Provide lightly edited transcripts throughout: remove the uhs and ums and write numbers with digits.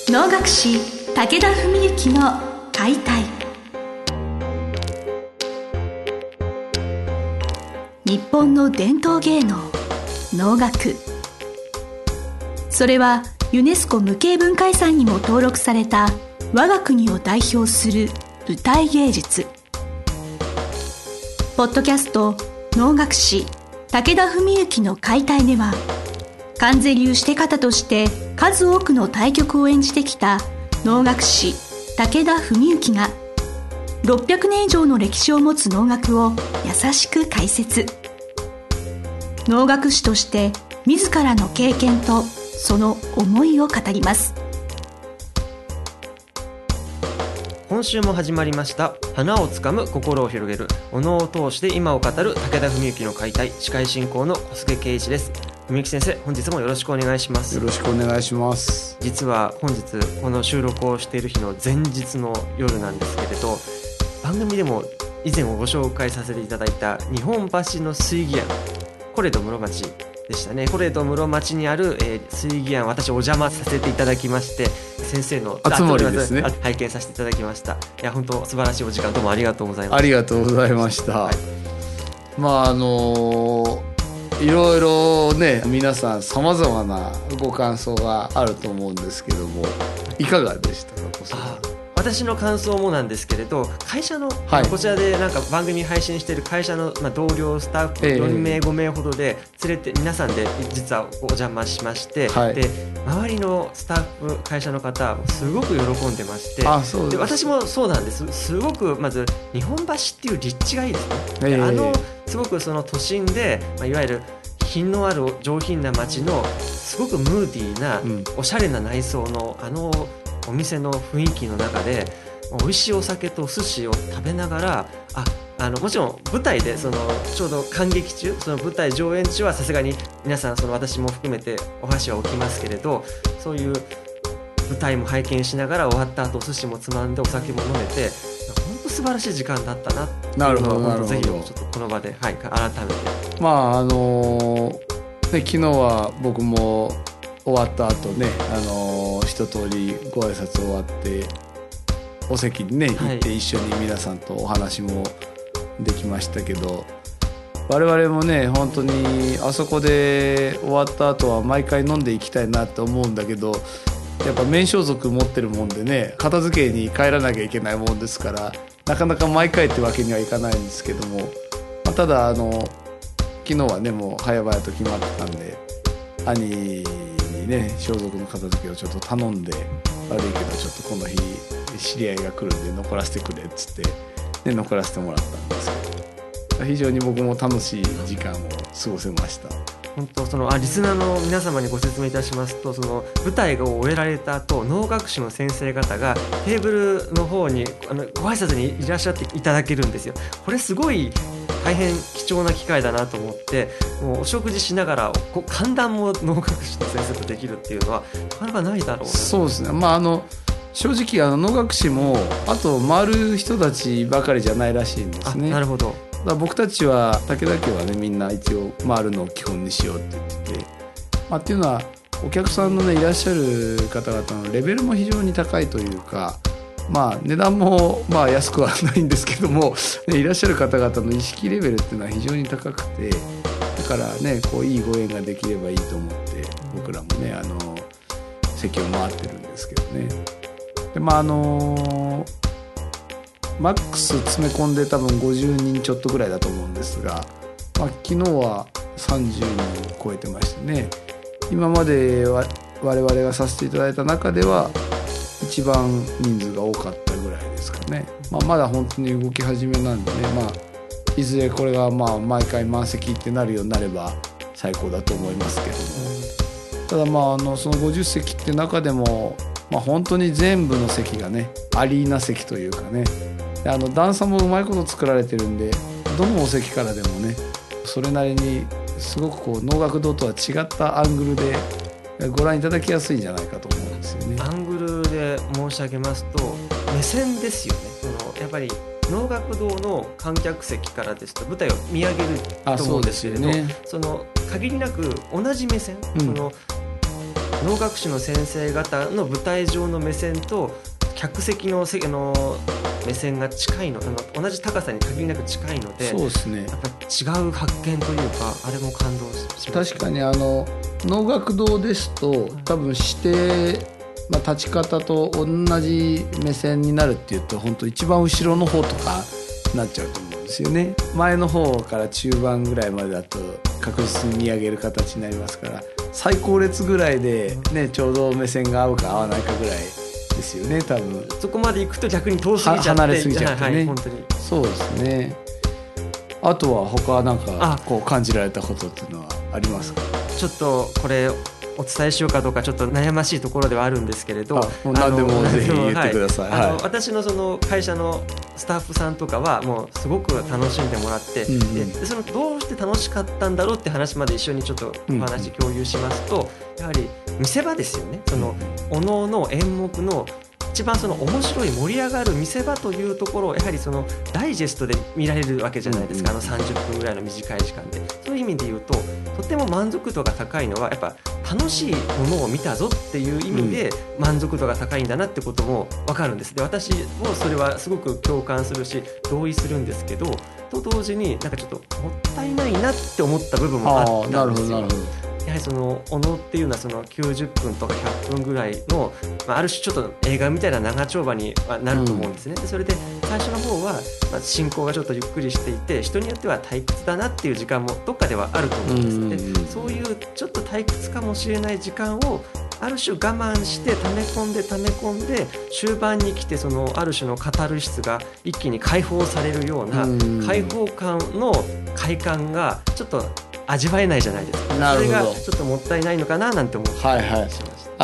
能楽師武田文幸の解体。日本の伝統芸能能楽、それはユネスコ無形文化遺産にも登録された我が国を代表する舞台芸術。ポッドキャスト能楽師武田文幸の解体では、観世流して方として数多くの大曲を演じてきた能楽師武田文幸が600年以上の歴史を持つ能楽を優しく解説。能楽師として自らの経験とその思いを語ります。 今週も始まりました花をつかむ心を広げるお能を通して今を語る武田文幸の解体。司会進行の小菅圭一です。文幸先生、本日もよろしくお願いします。 よろしくお願いします。 実は本日この収録をしている日の前日の夜なんですけれど、番組でも以前ご紹介させていただいた日本橋の水義庵、コレド室町でしたね。コレド室町にある、水義庵、私お邪魔させていただきまして、先生の集まりですね、 拝見させていただきました。いや本当素晴らしいお時間どうもありがとうございます。 ありがとうございました、はい、いろいろね、皆さんさまざまなご感想があると思うんですけども、いかがでしたか？ 私の感想もなんですけれど、会社の、こちらでなんか番組配信している会社の、同僚スタッフ4名5名ほどで連れて皆さんで実はお邪魔しまして、で周りのスタッフ会社の方すごく喜んでまして、で私もそうなんです。すごくまず日本橋っていう立地がいいですね。すごくその都心で、いわゆる品のある上品な街のすごくムーディーな、おしゃれな内装のお店の雰囲気の中で美味しいお酒とお寿司を食べながら、もちろん舞台でちょうど観劇中、その舞台上演中はさすがに皆さん私も含めてお箸は置きますけれど、そういう舞台も拝見しながら終わった後お寿司もつまんでお酒も飲めて、本当素晴らしい時間だったなっていうのをぜひちょっとこの場で、改めて昨日は僕も終わった後ね、一通りご挨拶終わってお席にね行って一緒に皆さんとお話もできましたけど、我々もね本当にあそこで終わった後は毎回飲んでいきたいなと思うんだけど、やっぱ免装族持ってるもんでね、片付けに帰らなきゃいけないもんですから、なかなか毎回ってわけにはいかないんですけども、ただ昨日はねもう早々と決まってたんで、兄にね装束の片付けをちょっと頼んで、悪いけどちょっとこの日知り合いが来るんで残らせてくれっつって、ね、残らせてもらったんですけど、非常に僕も楽しい時間を過ごせました。 本当リスナーの皆様にご説明いたしますと、舞台を終えられた後、能楽師の先生方がテーブルの方にご挨拶にいらっしゃっていただけるんですよ。これすごい大変貴重な機会だなと思って、もうお食事しながら歓談も能楽師の先生とできるっていうのはなかなかないだろうな。 そうですね、正直能楽師もあと回る人たちばかりじゃないらしいんですね。 なるほど。 僕たちは武田家はねみんな一応回るのを基本にしようって言ってて、っていうのはお客さんのねいらっしゃる方々のレベルも非常に高いというか、値段も安くはないんですけども、いらっしゃる方々の意識レベルっていうのは非常に高くて、だからねいいご縁ができればいいと思って僕らもね席を回ってるんですけどね。でマックス詰め込んで多分50人ちょっとぐらいだと思うんですが、昨日は30人を超えてましてね、今までは我々がさせていただいた中では一番人数が多かったぐらいですかね。まだ本当に動き始めなんでね、いずれこれが毎回満席ってなるようになれば最高だと思いますけども、ただその50席って中でも、本当に全部の席がねアリーナ席というかね、段差もうまいこと作られてるんで、どのお席からでもねそれなりにすごく能楽堂とは違ったアングルでご覧いただきやすいんじゃないかと思うんですよね。 アングルで申し上げますと目線ですよね。やっぱり能楽堂の観客席からですと舞台を見上げると思うんですけれど、限りなく同じ目線、 能楽師の先生方の舞台上の目線と客席の目線が近いの、同じ高さに限りなく近いので、 そうですね、 やっぱ違う発見というか、あれも感動しました。 確かに能楽堂ですと多分立ち方と同じ目線になるっていうと本当一番後ろの方とかなっちゃうと思うんですよね。前の方から中盤ぐらいまでだと確実に見上げる形になりますから、最高列ぐらいで、ね、ちょうど目線が合うか合わないかぐらいですよね。多分そこまで行くと逆に遠すぎちゃって離れすぎちゃってね、 本当にそうですね。あとは他なんかこう感じられたことっていうのはありますか？ ちょっとこれお伝えしようかどうかちょっと悩ましいところではあるんですけれど、 もう何でもぜひ言ってください。 私のその会社のスタッフさんとかはもうすごく楽しんでもらって、でそのどうして楽しかったんだろうって話まで一緒にちょっとお話共有しますと、やはり見せ場ですよね。そのおのおの演目の一番その面白い盛り上がる見せ場というところをやはりそのダイジェストで見られるわけじゃないですか、30分ぐらいの短い時間で。そういう意味で言うととても満足度が高いのはやっぱ楽しいものを見たぞっていう意味で満足度が高いんだなってことも分かるんです。で私もそれはすごく共感するし同意するんですけど、と同時になんかちょっともったいないなって思った部分もあったんですよ。やはりそのおのっていうのはその90分とか100分ぐらいの、ある種ちょっと映画みたいな長丁場になると思うんですね。でそれで最初の方は進行がちょっとゆっくりしていて、人によっては退屈だなっていう時間もどっかではあると思うんですね。でそういうちょっと退屈かもしれない時間をある種我慢して溜め込んで終盤に来て、そのある種のカタルシスが一気に解放されるような解放感の快感がちょっと味わえないじゃないですか。それがちょっともったいないのかななんて思ってしました。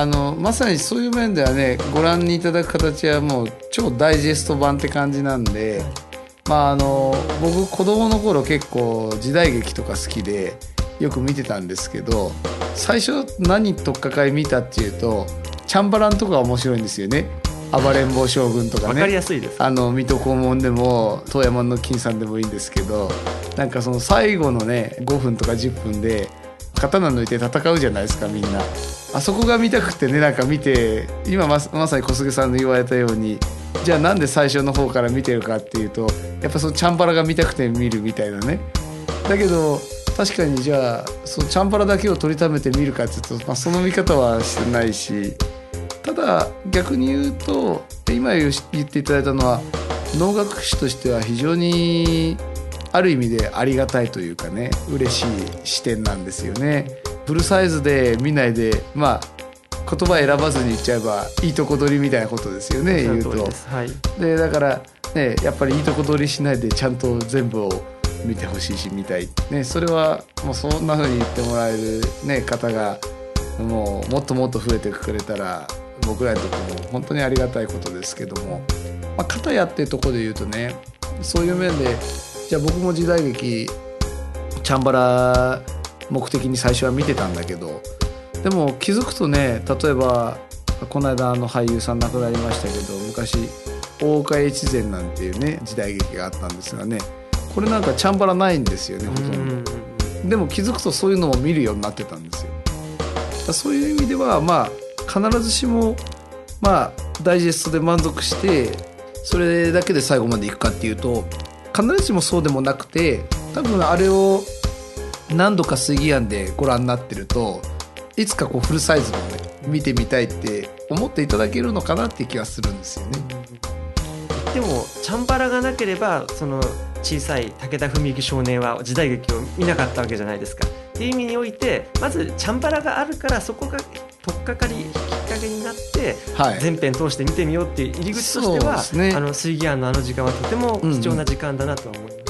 まさにそういう面ではね、ご覧にいただく形はもう超ダイジェスト版って感じなんで、僕子供の頃結構時代劇とか好きでよく見てたんですけど、最初何とっかかり見たっていうとチャンバランとか面白いんですよね。暴れん坊将軍とかね、 分かりやすいです。 水戸黄門でも遠山の金さんでもいいんですけど、なんかその最後のね5分とか10分で刀抜いて戦うじゃないですか、みんな。あそこが見たくてね、なんか見て、今まさに小菅さんの言われたように、じゃあなんで最初の方から見てるかっていうと、やっぱそのチャンバラが見たくて見るみたいなね。だけど確かにじゃあそのチャンバラだけを取りためて見るかっていうと、その見方はしてないし、ただ逆に言うと今言っていただいたのは能楽師としては非常にある意味でありがたいというかね、嬉しい視点なんですよね。フルサイズで見ないで、言葉選ばずに言っちゃえばいいとこ取りみたいなことですよね、言うと。でだからね、やっぱりいいとこ取りしないでちゃんと全部を見てほしいし見たい、ね、それはもうそんな風に言ってもらえる、ね、方がもっともっと増えてくれたら僕らにとっても本当にありがたいことですけども、片やっていうところで言うとね、そういう面でじゃあ僕も時代劇チャンバラ目的に最初は見てたんだけど、でも気づくとね、例えばこの間俳優さん亡くなりましたけど、昔大岡越前なんていうね時代劇があったんですがね、これなんかチャンバラないんですよね、ほとんど。でも気づくとそういうのも見るようになってたんですよ。そういう意味では必ずしもダイジェストで満足してそれだけで最後までいくかっていうと必ずしもそうでもなくて、多分あれを何度か水議案でご覧になってるといつかフルサイズのね見てみたいって思っていただけるのかなっていう気がするんですよね。 でもチャンバラがなければその小さい武田文幸少年は時代劇を見なかったわけじゃないですか。っていう意味においてまずチャンバラがあるからそこが取っかかりきっかけになって、全編通して見てみようっていう入り口としては、水議案の時間はとても貴重な時間だなとは思います。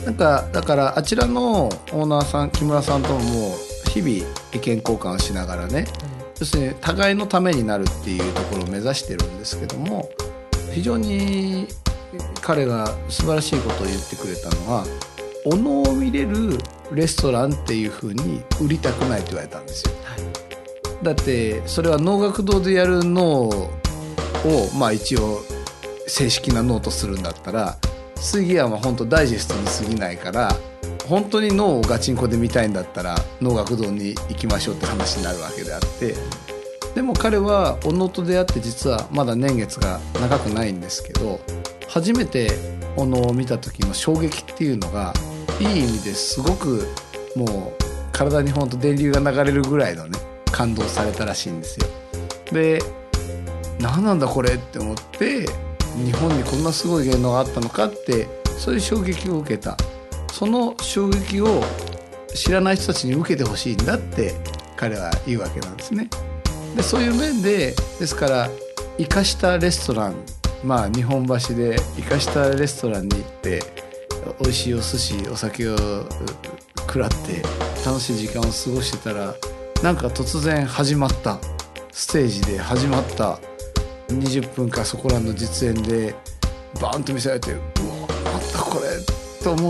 なんかだからあちらのオーナーさん木村さんとも日々意見交換をしながらね、要するに互いのためになるっていうところを目指してるんですけども、非常に彼が素晴らしいことを言ってくれたのは、お能を見れるレストランっていう風に売りたくないと言われたんですよ。だってそれは能楽堂でやる能を一応正式な能とするんだったら、水議案は本当ダイジェストに過ぎないから、本当に能をガチンコで見たいんだったら能楽堂に行きましょうって話になるわけであって、 でも彼はお能と出会って実はまだ年月が長くないんですけど、初めてお能を見た時の衝撃っていうのがいい意味ですごくもう体にほんと電流が流れるぐらいのね感動されたらしいんですよ。で、何なんだこれって思って、日本にこんなすごい芸能があったのかって、そういう衝撃を受けた。その衝撃を知らない人たちに受けてほしいんだって彼は言うわけなんですね。でそういう面で、ですから生かしたレストラン、日本橋で生かしたレストランに行って美味しいお寿司お酒を食らって楽しい時間を過ごしてたら、なんか突然始まったステージで始まった20分かそこらの実演でバーンと見せられて、うわなんだこれと思って、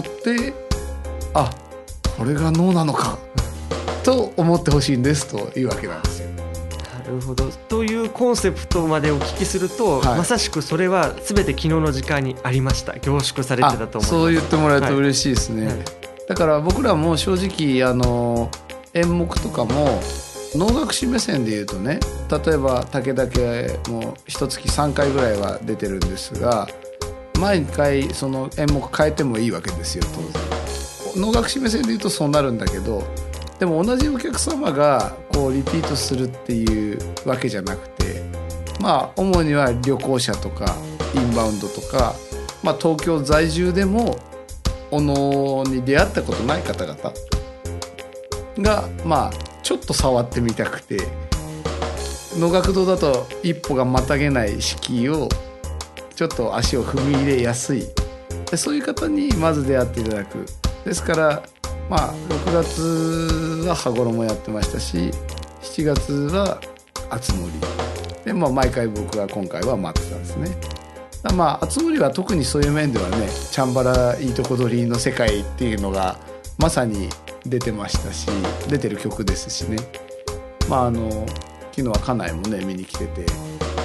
あ、これが能なのかと思ってほしいんですというわけなんですよ。 なるほど。というコンセプトまでお聞きすると、まさしくそれは全て昨日の時間にありました。凝縮されてたと思います。 そう言ってもらえると嬉しいですね。だから僕らも正直演目とかも能楽師目線で言うとね、例えば武田家も一月3回ぐらいは出てるんですが、毎回その演目変えてもいいわけですよ当然。能楽師目線で言うとそうなるんだけど、でも同じお客様がこうリピートするっていうわけじゃなくて、主には旅行者とかインバウンドとか、東京在住でもお能に出会ったことない方々がちょっと触ってみたくて、能楽堂だと一歩がまたげない敷居をちょっと足を踏み入れやすい、そういう方にまず出会っていただく。ですから6月は羽衣やってましたし、7月は熱盛で、毎回僕は今回は待ってたんですね。熱盛は特にそういう面ではね、チャンバラいいとこ取りの世界っていうのがまさに出てましたし、出てる曲ですしね。昨日は家内もね見に来てて、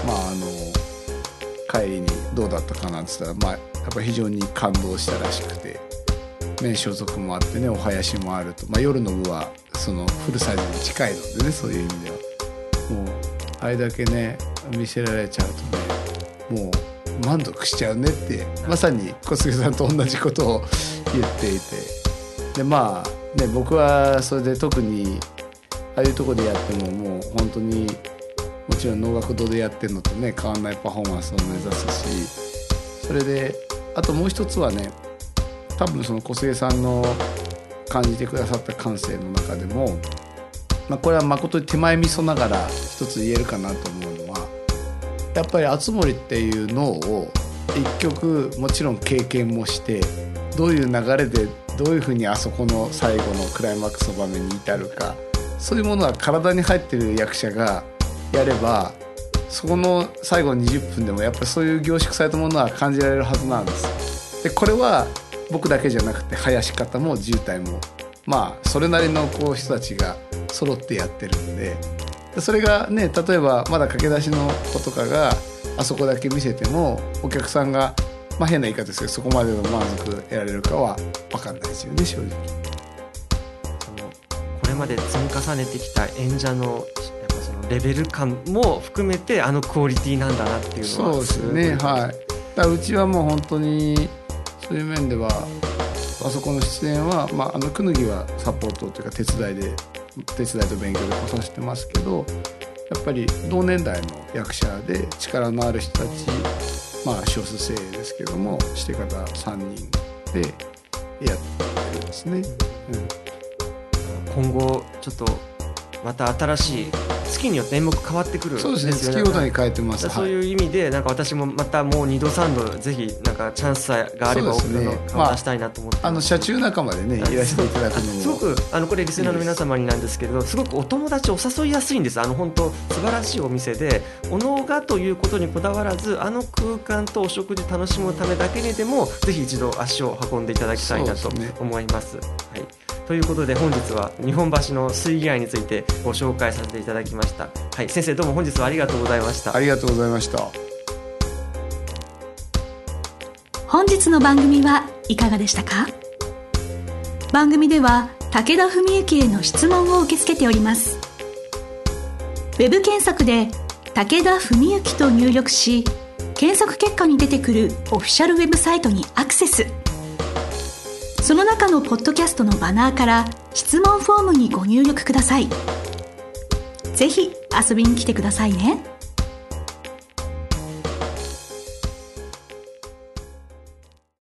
帰りにどうだったかなんて言ったら、やっぱり非常に感動したらしくて、所属もあってね、お囃子もあると、夜の部はそのフルサイズに近いのでね、そういう意味ではもうあれだけね見せられちゃうとね、もう満足しちゃうねって、まさに小菅さんと同じことを言っていて、で僕はそれで特にああいうとこでやってももう本当にもちろん能楽堂でやってるのとね変わらないパフォーマンスを目指すし、それであともう一つはね、多分その小菅さんの感じてくださった感性の中でも、これは誠に手前味噌ながら一つ言えるかなと思うのは、やっぱり熱盛っていうのを一曲もちろん経験もして、どういう流れでどういうふうにあそこの最後のクライマックスの場面に至るか、そういうものは体に入ってる役者がやれば、そこの最後の20分でもやっぱりそういう凝縮されたものは感じられるはずなんです。でこれは僕だけじゃなくて囃子方も自由体もそれなりの人たちが揃ってやってるんで、それがね、例えばまだ駆け出しの子とかがあそこだけ見せてもお客さんが変な言い方ですけどそこまでの満足得られるかは分かんないですよね、正直。 これまで積み重ねてきた演者のやっぱそのレベル感も含めてクオリティなんだなっていうのは。 そうですね、だからうちはもう本当にそういう面ではあそこの出演は、くぬぎはサポートというか手伝いと勉強で来させてますけど、やっぱり同年代の役者で力のある人たち、少数精鋭ですけどもして方3人でやってるんですね。 今後ちょっとまた新しい月によって演目変わってくるんですよね。 そうですね、月ごとに変えてます。 そういう意味で私もまたもう2度3度ぜひチャンスがあれば送るの顔出したいなと思って、 車中仲間でねいらしていただくのもすごくこれリスナーの皆様になんですけれど、すごくお友達を誘いやすいんです。本当素晴らしいお店で、お能がということにこだわらず空間とお食事楽しむためだけにでもぜひ一度足を運んでいただきたいなと思います。ということで本日は日本橋の水着愛についてご紹介させていただきました。先生どうも本日はありがとうございました。 ありがとうございました。 本日の番組はいかがでしたか？番組では武田文幸への質問を受け付けております。 ウェブ検索で武田文幸と入力し、検索結果に出てくるオフィシャルウェブサイトにアクセス。その中のポッドキャストのバナーから質問フォームにご入力ください。ぜひ遊びに来てくださいね。